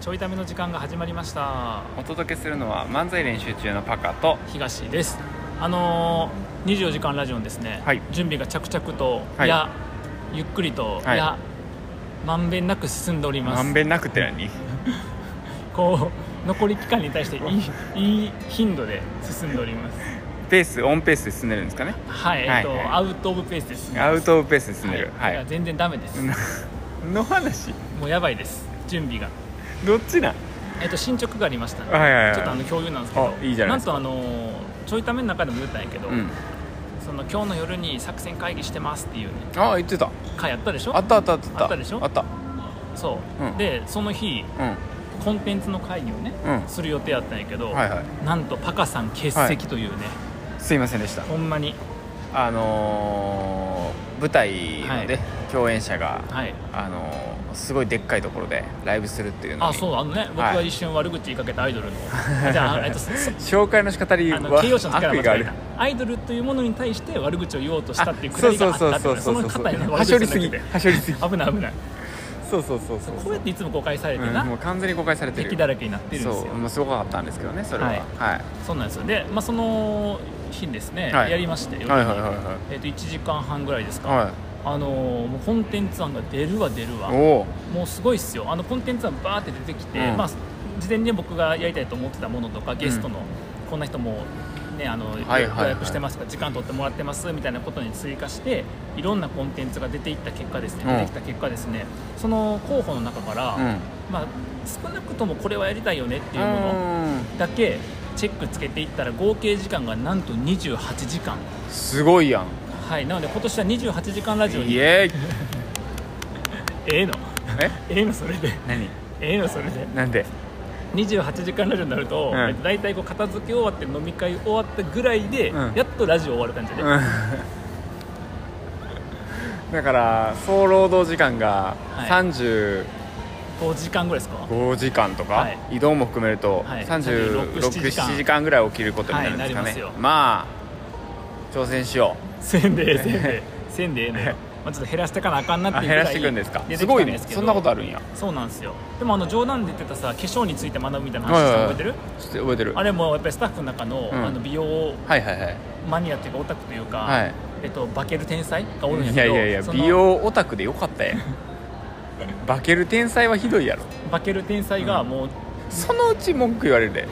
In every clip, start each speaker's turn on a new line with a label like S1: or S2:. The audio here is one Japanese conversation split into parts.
S1: ちょいための時間が始まりました。
S2: お届けするのは漫才練習中のパカと
S1: 東です。24時間ラジオのですね、
S2: はい、
S1: 準備が着々と、
S2: はい、
S1: ゆっくりと、
S2: はい、
S1: まんべんなく進んでおります。
S2: まんべんなくって何
S1: こう残り期間に対していい頻度で進んでおります。
S2: オンペースで進んでるんですかね。
S1: はい、アウトオブペースです。
S2: アウトオブペースで進んでる。
S1: はい、全然ダメです。
S2: の話
S1: もうやばいです、準備が。
S2: どっちなん？
S1: 進捗がありましたね。ちょっと共有なんですけど、
S2: いいじゃないですか。
S1: なんとちょいための中でも言ったんやけど、その今日の夜に作戦会議してますっていうね。
S2: 言ってた。
S1: 会やったでしょ。
S2: あった
S1: でしょ。
S2: あった。
S1: そう、でその日、コンテンツの会議をね、する予定やったんやけど、なんとパカさん欠席というね、
S2: すいませんでした。
S1: ほんまに
S2: 舞台のね、共演者が、すごいでっかいところでライブするっていうのに。
S1: そう僕は一瞬悪口言いかけたアイドルのじゃあ
S2: 紹介の仕方には
S1: 形容詞の力が間違えた。アイドルというものに対して悪口を言おうとしたっていうくだりがあったって、その方に
S2: はしょりすぎ危
S1: ない
S2: そう
S1: こうやっていつも誤解されてな、
S2: もう完全に誤解されてる、
S1: 敵だらけになってるんですよ。
S2: もうすごかったんですけどね、それは。
S1: そうなんですよ。で、その日ですね、やりまして、1時間半ぐらいですか。もうコンテンツ案が出るわもうすごいっすよ。コンテンツ案バーって出てきて、事前に僕がやりたいと思ってたものとか、ゲストのこんな人もね、予約してますとか、時間取ってもらってますみたいなことに追加して、いろんなコンテンツが出てきた結果ですね、その候補の中から、少なくともこれはやりたいよねっていうものだけチェックつけていったら、合計時間がなんと28時間。
S2: すごいやん。な
S1: ので今年は28時間ラジオに
S2: イエーイ
S1: それでそれで
S2: なんで
S1: 28時間ラジオになると、だいたい片付け終わって飲み会終わったぐらいで、やっとラジオ終わる感じで、
S2: だから総労働時間が35
S1: 時間ぐらいですか。
S2: 5時間とか、移動も含めると36、7時間ぐらい起きることになるんですかね。まあ挑戦しよう。せんでええのよ。ちょっと減らしてかなあかんなっていうぐらい減らしていくんですか。
S1: すごいね。
S2: そんなことあるんや。
S1: そうなんですよ。でも冗談で言ってたさ、化粧について学ぶみたいな話覚えてる？
S2: 覚えてる。
S1: あれもやっぱりスタッフの中の美容マニアっていうかオタクというか、化ける天才がおるんやけど、
S2: いや美容オタクでよかったやん。化ける天才はひどいやろ。
S1: 化ける天才がもう
S2: そのうち文句言われるで。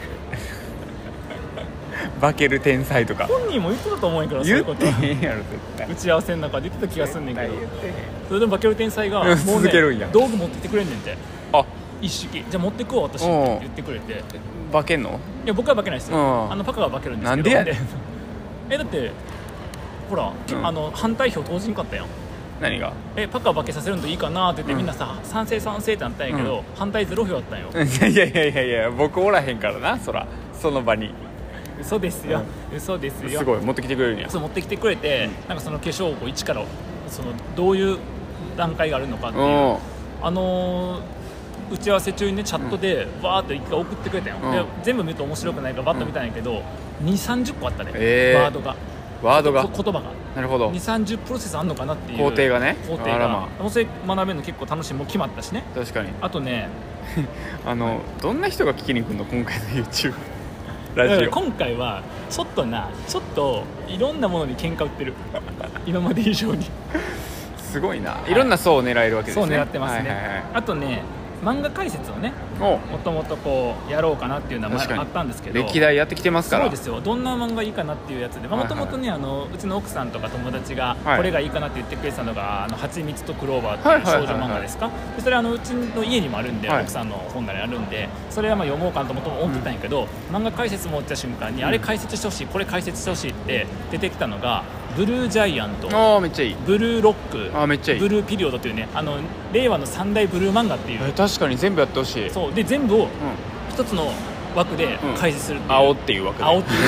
S2: 化ける天才とか
S1: 本人も言ってたと思うんやけど、そういうこと
S2: 言ってへんやろ絶対。
S1: 打ち合わせの中で言ってた気がすんねんけど、それでも化ける天才がもうね、
S2: 続けるんや。
S1: 道具持ってきてくれんねんて。一式じゃあ持ってくわ私って言ってくれて。
S2: 化けんの？
S1: いや僕は化けないですよ。パカが化けるんですけど。
S2: なんでやねん。
S1: だってほら、反対票投じんかったやん。
S2: 何が？
S1: パカ化けさせるのといいかなって言って、みんなさ賛成ってなったんやけど、反対0票あったんよ。
S2: いや僕おらへんからな、その場に。
S1: 嘘ですよ。
S2: すごい持ってきてくれるんや。
S1: そう持ってきてくれて、なんかその化粧を一からどういう段階があるのかっていう打ち合わせ中にね、チャットでバーって一回送ってくれたよ。で全部見ると面白くないからバッと見たんやけど、2、30個あったね、ワードが言葉が。なるほど。2、30プロセスあんのかなっていう
S2: 工程が
S1: それ学べるの結構楽しい。もう決まったしね。
S2: 確かに。
S1: あとね
S2: どんな人が聞きに来るの今回の YouTubeラジオ。
S1: 今回はちょっといろんなものに喧嘩売ってる今まで以上に。
S2: すごいな、いろんな層を狙えるわけですね。
S1: そう狙ってますね。あとね、漫画解説をね、もともとやろうかなっていうのはあったんですけど、
S2: 歴代やってきてますから。
S1: そうですよ。どんな漫画いいかなっていうやつで、もともとね、うちの奥さんとか友達がこれがいいかなって言ってくれてたのが、はちみつとクローバーっていう少女漫画ですか。それうちの家にもあるんで、奥さんの本棚にあるんで、それは読もうかなと思ってたんやけど、漫画解説も落ちた瞬間に、あれ解説してほしい、これ解説してほしいって出てきたのが、ブルージャイアント、
S2: めっちゃいい。
S1: ブルーロック、
S2: めっちゃいい。
S1: ブルーピリオドというね、令和の三大ブルー漫画っていう。
S2: 確かに全部やってほしい。
S1: そうで、全部を一つの枠で解説するっていう。
S2: 青っていう枠で。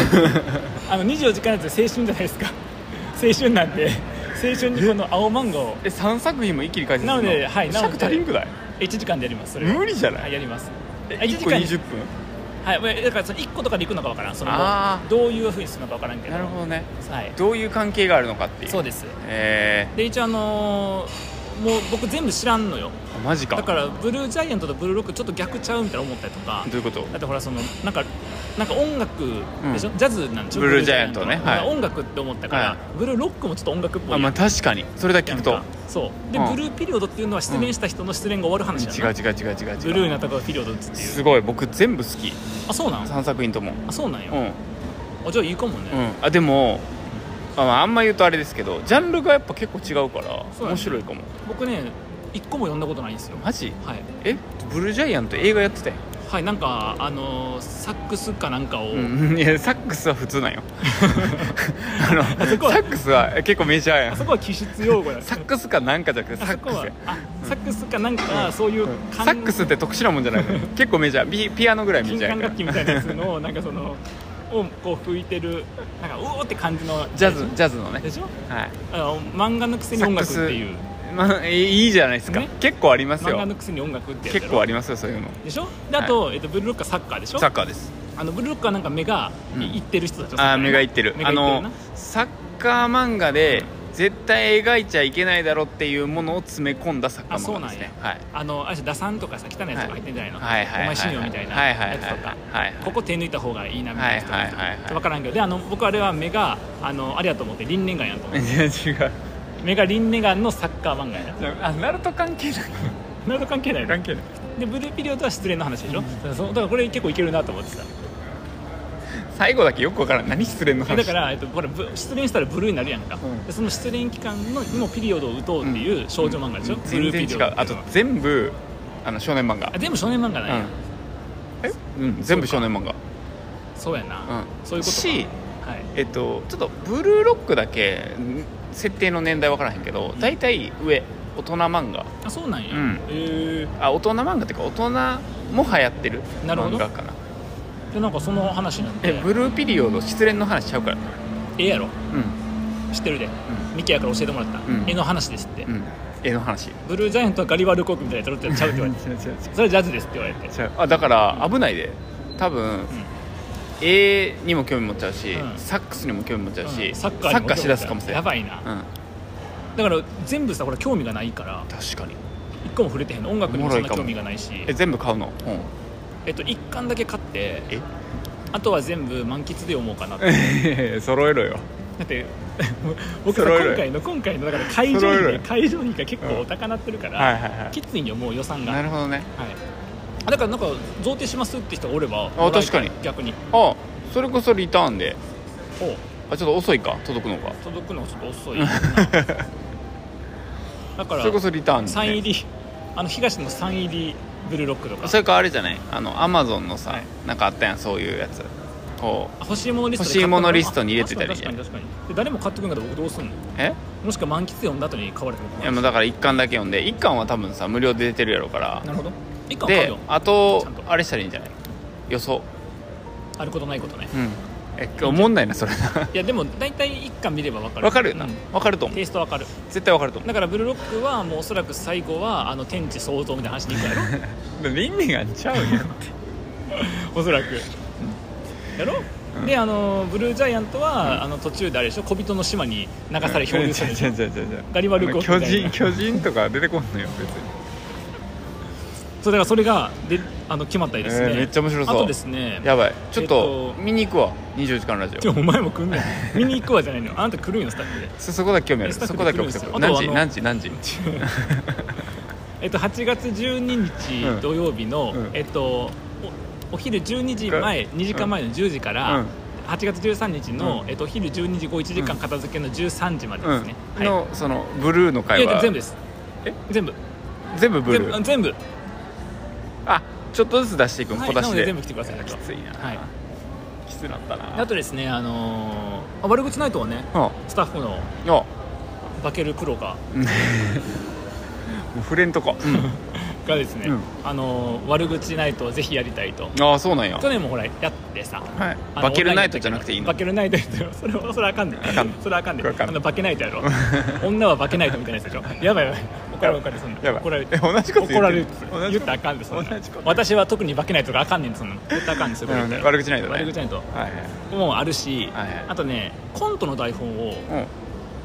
S1: 24時間やつ青春じゃないですか。青春なんで、青春にこの青漫画を
S2: 3作品も一気に解説するの。
S1: なので、
S2: 尺足りんくらい
S1: ？1時間でやります。それ
S2: 無理じゃない？
S1: やります。
S2: 1個20分。
S1: だから1個とかでいくのかわからん。どういうふうにするのかわからんけど。な
S2: るほどね。どういう関係があるのかっていう。
S1: そうです。で一応もう僕全部知らんのよ。
S2: マジか。
S1: だからブルージャイアントとブルーロックちょっと逆ちゃうみたいな思ったりとか。
S2: どういうこと？
S1: だってほらなんか音楽でしょ、ジャズなんでしょ
S2: ブルージャイアントね、
S1: 音楽って思ったから、ブルーロックもちょっと音楽っぽい。
S2: まあ確かにそれだけ聞くと
S1: そうで、ブルーピリオドっていうのは失恋した人の失恋が終わる話だな。違うブルーになったからピリオドっていう。
S2: すごい、僕全部好き。
S1: あ、そうなん
S2: 3作品とも。
S1: あ、そうなんよ。あ、じゃあいいかもね。
S2: あ、でもあんま言うとあれですけど、ジャンルがやっぱ結構違うから面白いかも。
S1: 僕ね1個も読んだことないんですよ。
S2: マジ？
S1: はい。
S2: ブルージャイアント映画やってたよ。
S1: はい、なんかサックスかなんかを、
S2: いやサックスは普通なんよサックスは結構メジャーやん。
S1: あそこは気質用語や。
S2: サックスかなんかじゃなくてサックスや。
S1: サックスかなんかそういう
S2: サックスって特殊なもんじゃないの結構メジャー。ピアノぐらいメジャーやから。
S1: 金管楽器みたいなやつのなんかそのをこう吹いてるなんかうおーって感じの
S2: ジャズのね。
S1: でしょ。
S2: はい。
S1: 漫画のくせに音楽っていう。
S2: いいじゃないですか、結構ありますよ。
S1: 漫画のくせに音楽ってやつ
S2: 結構ありますよ、そういうの
S1: でしょ。であと、ブルーロックはサッカーでしょ。
S2: サッカーです。
S1: ブルーロックはなんか目がいってる人たち。
S2: 目がいってる。サッカー漫画で絶対描いちゃいけないだろっていうものを詰め込んだサッカー漫画ですね。
S1: あれ打算とかさ、汚いやつとか入ってんじゃないの。お前死ぬよみたいなやつとか、ここ手抜いた方がいいなみたいな人分からんけど、で僕あれは目があれやと思ってリンネガンやと思って。違う、メガリンネガンのサッカー漫画や。
S2: ナルト関係ない。
S1: ナルト関係ない。
S2: 関係ない。
S1: でブルーピリオドは失恋の話でしょ。だからこれ結構いけるなと思ってさ。
S2: 最後だけよくわからん。何失恋の話。
S1: だからこれ失恋したらブルーになるやんか。でその失恋期間のにもピリオドを打とうっていう少女漫画でしょ。
S2: 全然違う。あと全部少年漫画。
S1: 全部少年漫画なんや。
S2: 全部少年漫画。
S1: そうやな。そういうことし、
S2: ちょっとブルーロックだけ設定の年代分からへんけど、大体上大人漫画。
S1: あ、そうなんや。
S2: 大人漫画っていうか大人も流行ってる漫画かな。
S1: でなんかその話になって、
S2: ブルーピリオド失恋の話ちゃうから。
S1: やろ。知ってるで。ミキヤから教えてもらった。絵の話ですって。
S2: 絵の話。
S1: ブルージャイアントはガリバルコークみたいなやつちゃうって言われて。それジャズですって言われて。
S2: だから危ないで。多分絵にも興味持っちゃうし、サックスにも興味持っちゃうし、サッカーしだすかもしれない。
S1: やばいな。だから全部さ、これ興味がないから。
S2: 確かに
S1: 一個も触れてへんの。音楽にもそんな興味がないし。
S2: 全部買うの？
S1: 一巻だけ買って、あとは全部満喫で読もうかなって。
S2: 揃えろよ。
S1: だって僕は今回のだから会場費が結構お高なってるから、きついんよもう予算が。
S2: なるほどね。
S1: だからなんか贈呈しますって人がおれば。
S2: 確かに
S1: 逆に。
S2: それこそリターンで。ちょっと遅いか、届くのがちょっと遅いだからそれこそリターンで、サイン入り東のサイン入りブルーロックとか。それかあれじゃない、アマゾンのさ、なんかあったやん、そういうやつ。欲しいものリストに入れてたり。確かにで誰も買ってくんかったら僕どうすんの？もしくは満喫読んだ後に買われても。いやもうだから1巻だけ読んで、1巻は多分さ無料で出てるやろから。なるほど。1巻買うよ。であとあれしたらいいんじゃない？予想あることないことね。思んないなそれな。いやでも大体1巻見れば分かる。分かるよな。分かると思う。テイスト分かる。絶対分かると思う。だからブルーロックはもうおそらく最後は天地創造みたいな話にいくやろ。倫理がちゃうよっておそらくやろ。でブルージャイアントは途中であれでしょ、小人の島に流され漂流するでしょ。ガリバルコ巨人とか出てこんのよ別に。そうだからそれがで決まったりですね。めっちゃ面白そう。あとですね、やばい、ちょっと見に行くわ。24時間ラジオ。お前も来んねん。見に行くわじゃないの。あなた来るんよスタッフで。そこだけ興味ある。そこだけ送ってくる。何時8月12日土曜日のお昼12時前、2時間前の10時から8月13日のお昼12時後1時間片付けの13時までですね。のそのブルーの会は全部です。全部ブルー。全部。ちょっとずつ出していくの、小出しで。全部来てください。きついな。きつなったな。あとですね、悪口ナイトはね、スタッフのバケルプロがもう触れんとこがですね、悪口ナイトをぜひやりたいと。ああそうなんや。去年もほらやってさ、バケルナイトじゃなくていいの？バケルナイトそれあかんねん。それあかんねん。バケナイトやろ。女はバケナイトみたいなやつでしょ。やばいやばい。怒られる。同じこと怒られる。言ったらあかんです。私は特にバケないとかあかんねん。そんなの言ったらあかんですよ。悪口ないとね。悪口ないともうあるし、あとねコントの台本を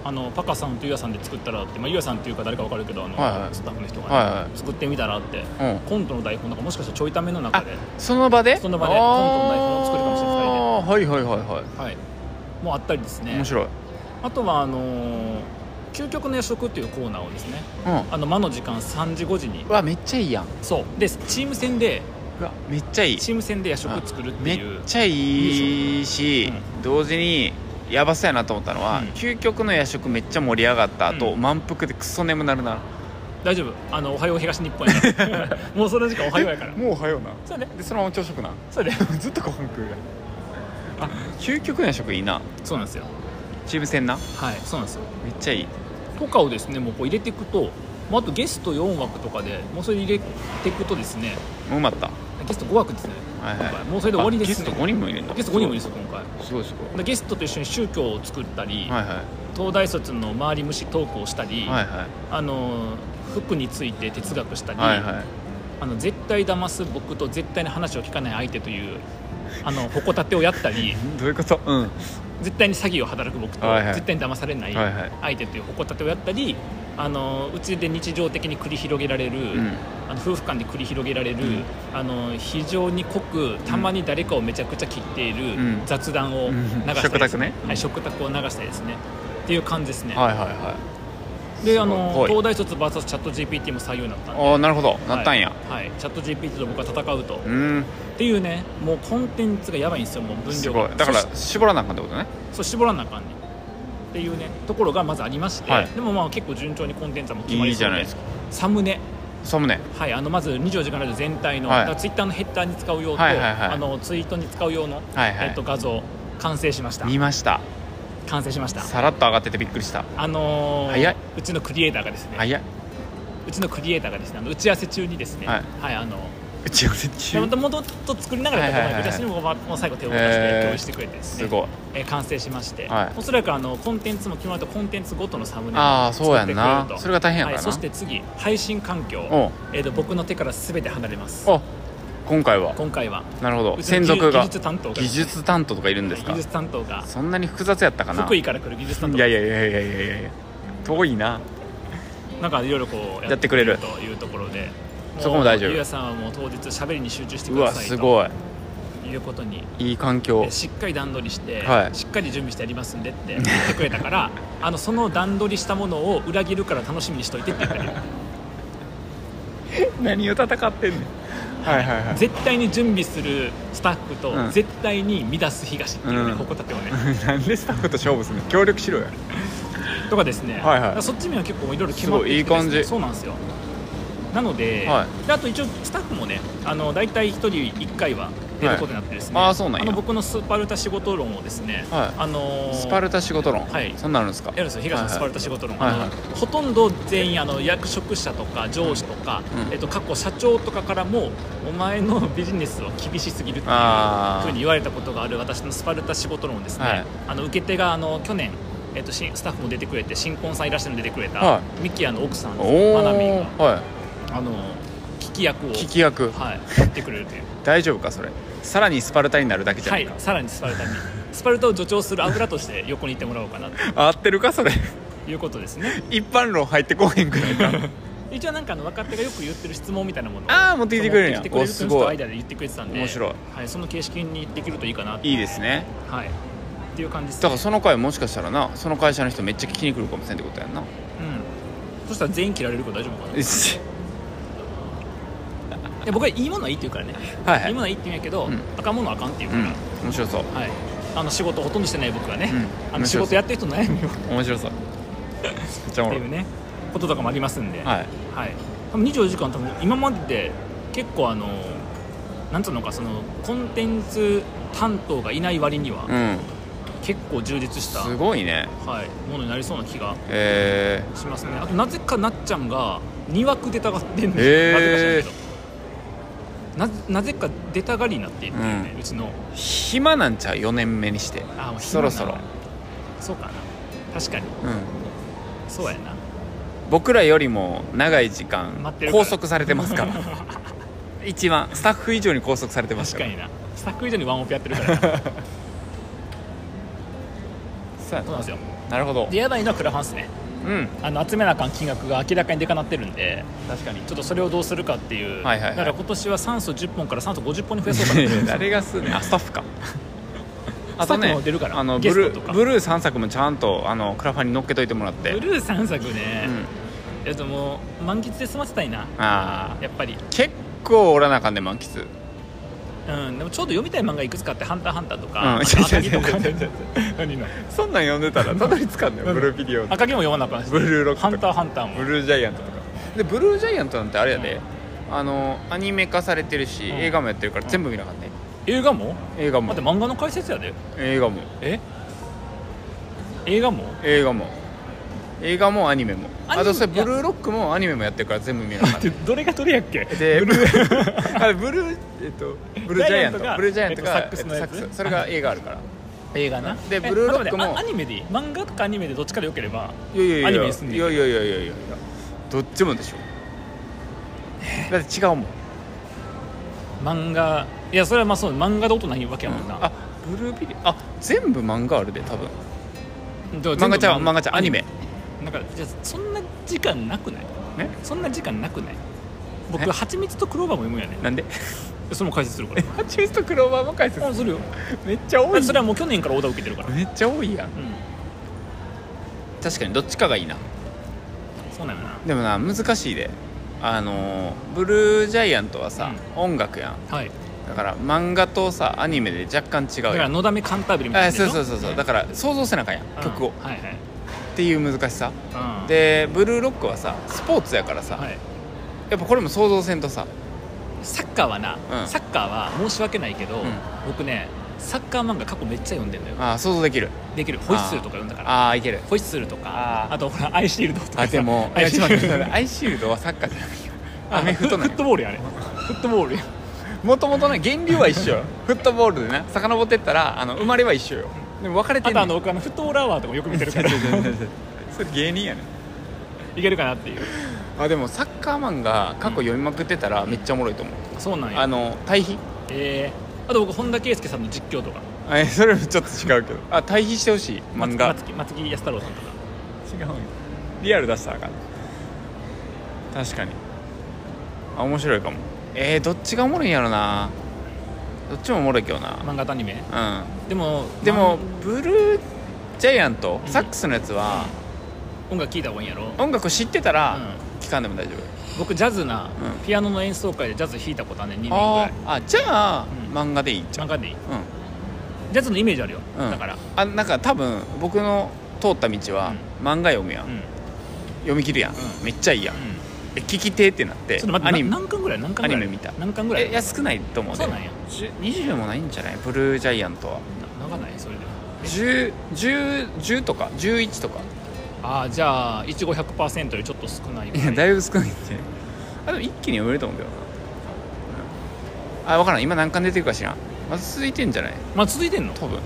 S1: パカさんとゆやさんで作ったらって、ゆやさんっていうか誰か分かるけどスタッフの人が、作ってみたらって、コントの台本なんかもしかしたらちょいための中で
S2: その場で
S1: コントの台本を作るかもしれない
S2: はいはいはい
S1: はい、もうあったりですね。
S2: 面白い。
S1: あとは究極の夜食っていうコーナーをですね、間の時間3時5時に
S2: めっちゃいいやん。
S1: そうでチーム戦で
S2: めっちゃいい。
S1: チーム戦で夜食作るっていう
S2: めっちゃいいし、同時にやばそうやなと思ったのは、究極の夜食めっちゃ盛り上がった後、満腹でクソ眠なるな。
S1: 大丈夫、おはよう東日本やからもうその時間おはようやから。
S2: もうおはような。
S1: そうね。
S2: でそのまま朝食な。
S1: そうね
S2: ずっとご飯食うやん。究極の夜食いいな。
S1: そうなんですよ。
S2: チーム戦な。
S1: はい、そうなんですよ。
S2: めっちゃいい
S1: とかをですね、もうこう入れていくと、あとゲスト4枠とかでもうそれ入れていくとですね、
S2: もう埋まった。
S1: ゲスト5枠ですね、もうそれで終わりですね。
S2: ゲスト5人もいるんだ。
S1: ゲスト5人もいるんですよ今回。
S2: すごいすごい。
S1: ゲストと一緒に宗教を作ったり、東大卒の周り虫トークをしたり、服について哲学したり、絶対騙す僕と絶対に話を聞かない相手というほこたてをやったり
S2: どういうこと？
S1: 絶対に詐欺を働く僕と、絶対に騙されない相手というほこたてをやったり、うちで日常的に繰り広げられる、夫婦間で繰り広げられる、非常に濃くたまに誰かをめちゃくちゃ切っている雑談を流したりですね、食卓を流したりですねっていう感じですね。で東大卒 VS チャット GPT も採用になったんで。
S2: なるほど、なったんや。
S1: チャット GPT と僕は戦うとっていうね、もうコンテンツがやばいんですよ。もう分量が
S2: だから絞らなあかんってことね。
S1: そう、絞らなあかんねっていうねところがまずありまして、でも結構順調にコンテンツはもう決まりそうで。いいじゃないですか。サムネ、まず24時間ラジオ全体の、ツイッターのヘッダーに使う用と、ツイートに使う用の、画像完成しました。
S2: 見ました。
S1: 完成しました。
S2: さらっと上がっててびっくりした。
S1: 早い。うちのクリエイターがですね、打ち合わせ中にですね、打ち合わせ中もともと作りながらやったと思うけど、私にも最後手を動かして共有してくれてですね、完成しまして、おそらくコンテンツも決まるとコンテンツごとのサムネを作ってくれると。
S2: それが大変やからな。
S1: そして次配信環境、僕の手から全て離れます。
S2: 今回はなるほど。専属が技術担当とかいるんですか？
S1: 技術担当が
S2: そんなに複雑やったかな。
S1: 福井から来る技術担当。
S2: いや遠いな。
S1: なんかいろいろこうやってくれるというところで、
S2: そこも大丈夫。
S1: ゆうやさんはもう当日喋りに集中してくださいと。
S2: すごい。
S1: いうことに
S2: いい環境。
S1: しっかり段取りして、しっかり準備してやりますんでって言ってくれたからその段取りしたものを裏切るから楽しみにしといてって言ってる
S2: 何を戦ってんねん。
S1: 絶対に準備するスタッフと、絶対に乱す東っていうね、ここ立てをね
S2: なんでスタッフと勝負するの？協力しろよ
S1: とかですね、そっちには結構いろいろ決まってきて、
S2: いい感じ。
S1: そうなんですよ。なので、あと一応スタッフもね、大体1人1回は出ることになってですね、僕のスパルタ仕事論をですね、
S2: スパルタ仕事論、そんなのですか？
S1: やるんですよ、東のスパルタ仕事論。ほとんど全員役職者とか上司とか、過去社長とかからもお前のビジネスは厳しすぎるっていうふうに言われたことがある私のスパルタ仕事論をですね、受け手が去年スタッフも出てくれて、新婚さんいらっしゃるの出てくれたミキヤの奥さんマナミンが聞き役をやってくれるという。
S2: 大丈夫かそれ？さらにスパルタになるだけじゃないか。
S1: さらにスパルタにスパルタを助長する油として横にいてもらおうかなと
S2: 合ってるかそれ？
S1: いうことですね。
S2: 一般論入ってこへんくないか
S1: 一応なんか若手がよく言ってる質問みたいなもの
S2: を持ってきてくれるんや。
S1: すごい間で言ってくれてたんで、
S2: 面白い。
S1: その形式にできるといいかな。
S2: いいですね。
S1: っていう感じですね。
S2: だからその回もしかしたらな、その会社の人めっちゃ聞きに来るかもしれんってことやんな。
S1: そしたら全員切られるから大丈夫かな。僕はいいものはいいって言うからね、いいものはいいって言うんやけど、あかんものはあかんって言うから、
S2: 面白そう。
S1: 仕事ほとんどしてない僕がね、仕事やってる人の悩みを
S2: 面白そうめっちゃおもろい
S1: っていうねこととかもありますんで、多分24時間多分今までで結構なんつうのか、そのコンテンツ担当がいない割には、結構充実した
S2: すごいね、
S1: ものになりそうな気がしますね。あとなぜかなっちゃんが2枠出たがってんねん。なぜか知らんけどなぜか出たがりになっているんだよね、うちの。
S2: 暇なんちゃう4年目にして。そろそろ
S1: そうかな。確かに、そうやな。
S2: 僕らよりも長い時間拘束されてますから一番スタッフ以上に拘束されてますから。
S1: 確かにな。スタッフ以上にワンオペやってるから
S2: そう
S1: なんですよ。
S2: なるほど。
S1: でやばいのはクラファンっすね。集めなあかん金額が明らかにでかなってるんで、
S2: 確かに
S1: ちょっとそれをどうするかっていう、だから今年は酸素10本から酸素50本に増やそうかな
S2: 誰がするね。スタッフか。
S1: あとね、出るから
S2: ブルー3作もちゃんとクラファンに乗っけといてもらって。
S1: ブルー3作ね、もう満喫で済ませたいな。やっぱり
S2: 結構おらなあかんね満喫。
S1: でもちょうど読みたい漫画いくつかあって、ハンターハンターとか
S2: 赤城とかそんなん読んでたらたどり着かんのよ。ブルービデオ
S1: 赤城も読まなあかんし、
S2: ブルーロックとか
S1: ハンターハンターも、
S2: ブルージャイアントとかで、ブルージャイアントなんてあれやで、アニメ化されてるし、映画もやってるから全部見なかったね。
S1: 映画も
S2: だ
S1: って漫画の解説やで。
S2: 映画もアニメも。あとそれブルーロックもアニメもやってるから全部見なかった。
S1: どれがどれやっけ。
S2: でブルージャイアントがサックスのやつ、それが映画あるから。
S1: 映画な。
S2: でブルーロックも
S1: アニメでいい。漫画とかアニメでどっちかでよければ
S2: アニ
S1: メにすんでいい。
S2: いやどっちもでしょ。だって違うもん
S1: 漫画。いやそれはまあそう、漫画で音ないわけやもんな。
S2: ブルービデオ全部漫画あるで多分。漫画ちゃうアニメ。
S1: なんかじゃあそんな時間なくない？そんな時間なくない？僕はちみつとクローバーも読むんやね。
S2: なんで？
S1: それも解説するから。
S2: はちみつとクローバーも解説
S1: するよ。
S2: めっちゃ多い。
S1: それはもう去年からオーダー受けてるから。
S2: めっちゃ多いやん。確かにどっちかがいいな。
S1: そうなんやな。
S2: でもな難しいで。ブルージャイアントはさ、音楽やん。だから漫画とさアニメで若干違うやん。
S1: だからのだめカンタービレみたいな。
S2: そうだから想像せなあかんやん、曲を。っていう難しさ。でブルーロックはさスポーツやからさ、やっぱこれも想像せんとさ。
S1: サッカーはな、サッカーは申し訳ないけど、僕ねサッカー漫画過去めっちゃ読んでんのよ。
S2: 想像できる
S1: ホイッスルとか読んだから。
S2: いける。
S1: ホイッスルとか、あとほらアイシールドとか。
S2: でもアイシールドはサッカーじゃないよ。アメフトなん
S1: フットボールやね。フットボールや。
S2: もともとね源流は一緒よ。フットボールでね遡ってったら生まれは一緒よ。でも分かれてんねん。
S1: あと僕フットボールアワーとかよく見てるから。そ
S2: れ芸人やね
S1: ん。いけるかなっていう。
S2: でもサッカー漫画過去読みまくってたらめっちゃおもろいと思う。
S1: そうなんや。
S2: 対比。
S1: あと僕本田圭佑さんの実況とか。
S2: それもちょっと違うけど。対比してほしい漫画。
S1: 松木安太郎さんとか。
S2: 違うよ。リアル出したらあかん。確かに面白いかも。どっちがおもろいんやろな。どっちもおもろいけどな。
S1: 漫画とアニメ。
S2: でもブルージャイアント、サックスのやつは
S1: 音楽聴いた方がいいんやろ。
S2: 音楽知ってたら聴かんでも大丈夫。
S1: 僕ジャズな、ピアノの演奏会でジャズ弾いたことあるね、2年ぐらい。
S2: じゃあ漫画でいいんちゃう。
S1: 漫画でいい。ジャズのイメージあるよ。だから
S2: なんか多分僕の通った道は漫画読むやん。読み切るやん。めっちゃいいやん。聞きてってなって。
S1: ちょっと待って、何巻ぐらいアニメ見た。何巻ぐらい。
S2: いや少ないと思う。そうなんや。20もないんじゃないブルージャイアントは。
S1: 長ないそれで。
S2: 10とか11とか。
S1: じゃあいちご 100% よりちょっと少ない。
S2: いやだいぶ少ないんじゃない。でも一気に読めると思うけどな。分からん今何巻出てるか知らん。まだ続いてんじゃない。
S1: まだ続いてんの。
S2: 多分。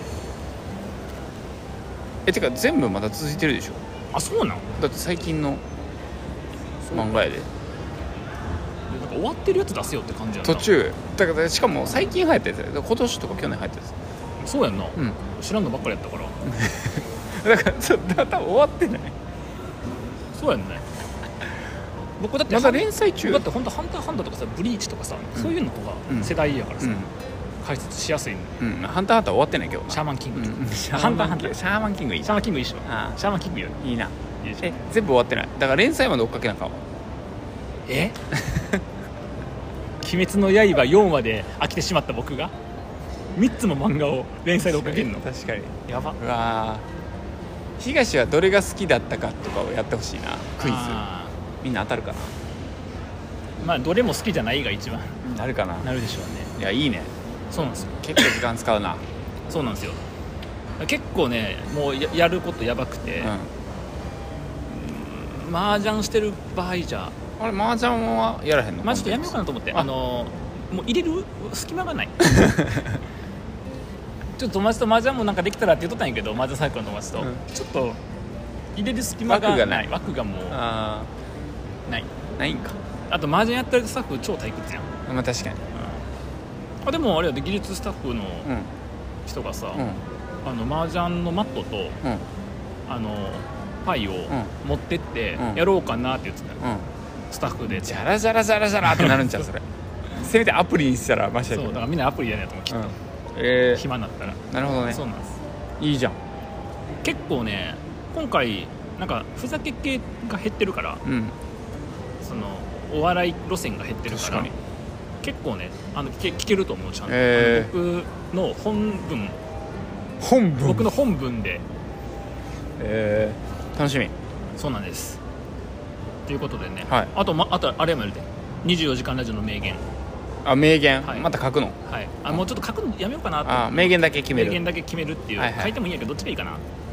S2: てか全部まだ続いてるでしょ。
S1: そうなの。
S2: だって最近の漫画やで。
S1: なんか終わってるやつ出せよって感じやな。
S2: 途中だからしかも最近流行ったやつやで。今年とか去年流行ったや
S1: つ。そうやんな。知らんのばっかりやったから。
S2: だから多分終わってない。
S1: そうやんね。僕だって
S2: まだ連載中。
S1: だって本当ハンターハンターとかさ、ブリーチとかさ、そういうのとか世代やからさ、解説しやすいの。
S2: ハンターハンター終わってないけどな。
S1: シャーマンキング。
S2: ハンターハンター。シャーマンキングいい。
S1: シャーマンキングいいっしょ。シャーマンキングいいな。
S2: 全部終わってない。だから連載まで追っかけなかわ。
S1: 鬼滅の刃4話で飽きてしまった僕が3つも漫画を連載で追っかけるの。
S2: 確かに
S1: やば。
S2: うわ東はどれが好きだったかとかをやってほしいな。クイズみんな当たるかな。
S1: まあどれも好きじゃないが一番
S2: なるかな。
S1: なるでしょうね。
S2: いやいいね。
S1: そうなんですよ。
S2: 結構時間使うな。
S1: そうなんですよ。結構ねもう やることやばくて、麻雀してる場合じゃ
S2: あれ麻雀はやらへんの。
S1: ちょっとやめようかなと思って。もう入れる隙間がない。ちょっと友達と麻雀もなんかできたらって言っとったんやけど、麻雀サークルの友達と、ちょっと入れる隙間がない。枠がもうないんか。あと麻雀やってるスタッフ超退屈やん。
S2: まあ確かに。
S1: でもあれやで技術スタッフの人がさ、 麻雀のマットと、パイを持ってってやろうかなって言ってたよ、スタッフで
S2: ジャラジャラジャラジャラってなるんちゃうそれせめてアプリにしたらマシだけど。
S1: そうだからみんなアプリやねやと思うきっと、暇になったら。
S2: なるほどね。
S1: そうなんです。
S2: いいじゃん。
S1: 結構ね今回なんかふざけ系が減ってるから、そのお笑い路線が減ってるから結構ね聞けると思うちゃんと、僕の僕の本文で、
S2: 楽しみ。
S1: そうなんです。ということでね、
S2: はい、
S1: あとあれもやるで24時間ラジオの名言。
S2: 名言、
S1: はい、
S2: また書くの。
S1: はい、もうちょっと書くのやめようかなと。
S2: 名言だけ決める。
S1: 名言だけ決めるっていう、書いてもいいんやけどどっちがいいか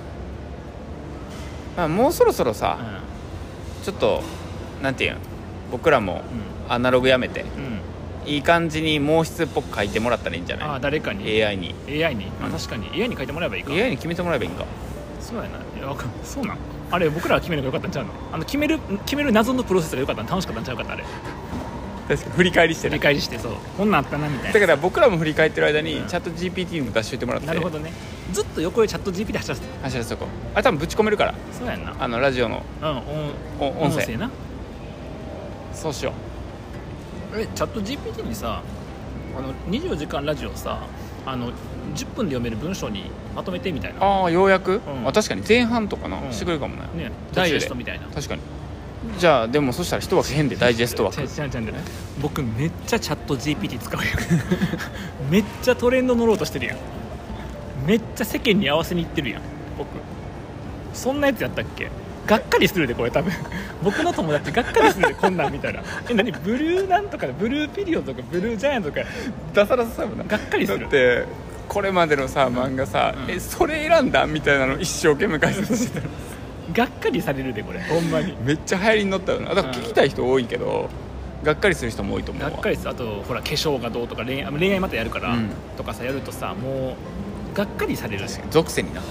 S2: な。もうそろそろさ、ちょっとなんていうの、僕らもアナログやめて、いい感じに毛筆っぽく書いてもらったらいいんじゃない？
S1: 誰かに
S2: AI に、
S1: 確かに AI に書いてもらえばいいか。
S2: AI に決めてもらえばいいんか。
S1: そうやな。そうなんあれ僕らは決めるのがよかったんちゃうの？決める謎のプロセスがよかったの。楽しかったんちゃうかったあれ。
S2: 確かに振り返りして
S1: そうこんなんあったなみたいな。
S2: だから僕らも振り返ってる間に、チャット GPT にも出しといてもらって。
S1: なるほどね。ずっと横でチャット GPT 走らせ
S2: とこあれ多分ぶち込めるから。
S1: そうやんな。
S2: ラジオの、音声
S1: な。
S2: そうしよ
S1: う。チャット GPT にさ24時間ラジオさ10分で読める文章にまとめてみたいな。
S2: ようやく、確かに前半とかな、してくれるかもね。
S1: ダイジェストみたいな。
S2: 確かに。じゃあでもそしたら一枠変でダイジェスト枠。
S1: 僕めっちゃチャット GPT 使うよめっちゃトレンド乗ろうとしてるやん。めっちゃ世間に合わせにいってるやん僕。そんなやつやったっけ？がっかりするでこれ多分僕の友達がっかりするでこんなん見たら何ブルーなんとかブルーピリオドとかブルージャイアントとか
S2: 出さらさもな。
S1: がっかりする。
S2: だってこれまでのさ漫画さ、それ選んだみたいなの一生懸命解説してた
S1: がっかりされるでこれほんまに。
S2: めっちゃ流行りに乗ったよな。だから聞きたい人多いけど、がっかりする人も多いと思うわ。
S1: がっかりする。あとほら化粧がどうとか恋愛またやるから、とかさやるとさもうがっかりされる。
S2: 属性にな。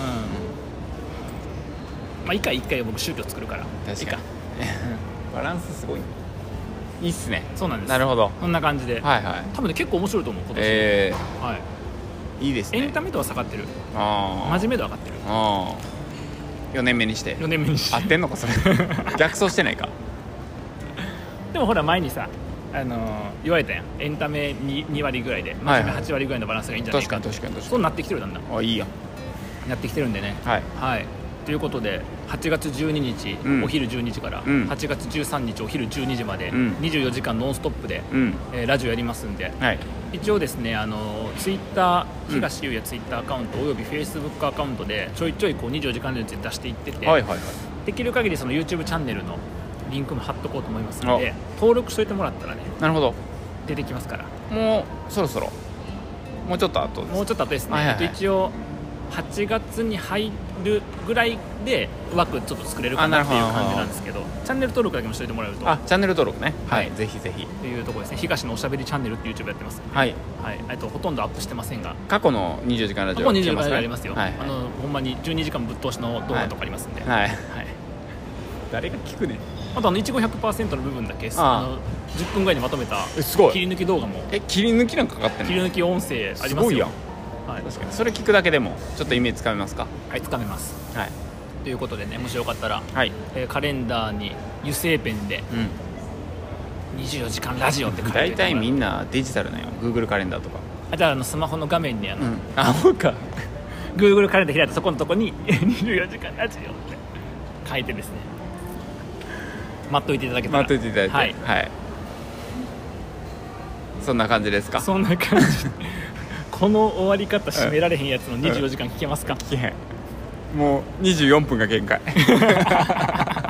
S1: まあいいか一回僕宗教作るから。
S2: 確かにバランスすごいいいっすね。
S1: そうなんです。
S2: なるほど。
S1: そんな感じで、多分ね結構面白いと思う今年。
S2: いいですね。
S1: エンタメ度は下がってる。真面目度は上がってる。
S2: 4年目にして合ってんのかそれ逆走してないか。
S1: でもほら前にさ言われたやん。エンタメ 2割ぐらいで真面目8割ぐらいのバランスがいいんじゃないか。
S2: 確かに
S1: そうなってきてる。だんだん
S2: いいや
S1: なってきてるんでね。ということで8月12日、お昼12時から、8月13日お昼12時まで、24時間ノンストップで、ラジオやりますんで、一応ですねツイッター東優也ツイッターアカウントおよびフェイスブックアカウントでちょいちょい24時間で出していってて、できる限りその YouTube チャンネルのリンクも貼っとこうと思いますので登録しといてもらったらね。なるほど。出てきますから。もうそろそろもうちょっと後ですね。一応8月に入るぐらいで枠ちょっと作れるかなっていう感じなんですけど、チャンネル登録だけもしといてもらえると。チャンネル登録ね。ぜひぜひっていうところですね。東のおしゃべりチャンネルって YouTube やってます。ほとんどアップしてませんが過去の24時間ラジオ過去24時間ありますよ。ほんまに12時間ぶっ通しの動画とかありますんで。誰が聞くねん。あといちご 100% の部分だけ10分ぐらいにまとめた切り抜き動画も。切り抜きなんかかかってんの？切り抜き音声ありますよ。すごいやん。確かにそれ聞くだけでもちょっとイメージつかめますか？つかめます。ということでね、もしよかったらカレンダーに油性ペンで24時間ラジオって書いて。大体みんなデジタルなよ。 Google カレンダーとか。じゃあスマホの画面にそうか Google カレンダー開いてそこのとこに24時間ラジオって書いてですね、待っといていただけたら。待っといていただいて、そんな感じですか？そんな感じこの終わり方締められへんやつの24時間聞けますか？聞けへん。もう24分が限界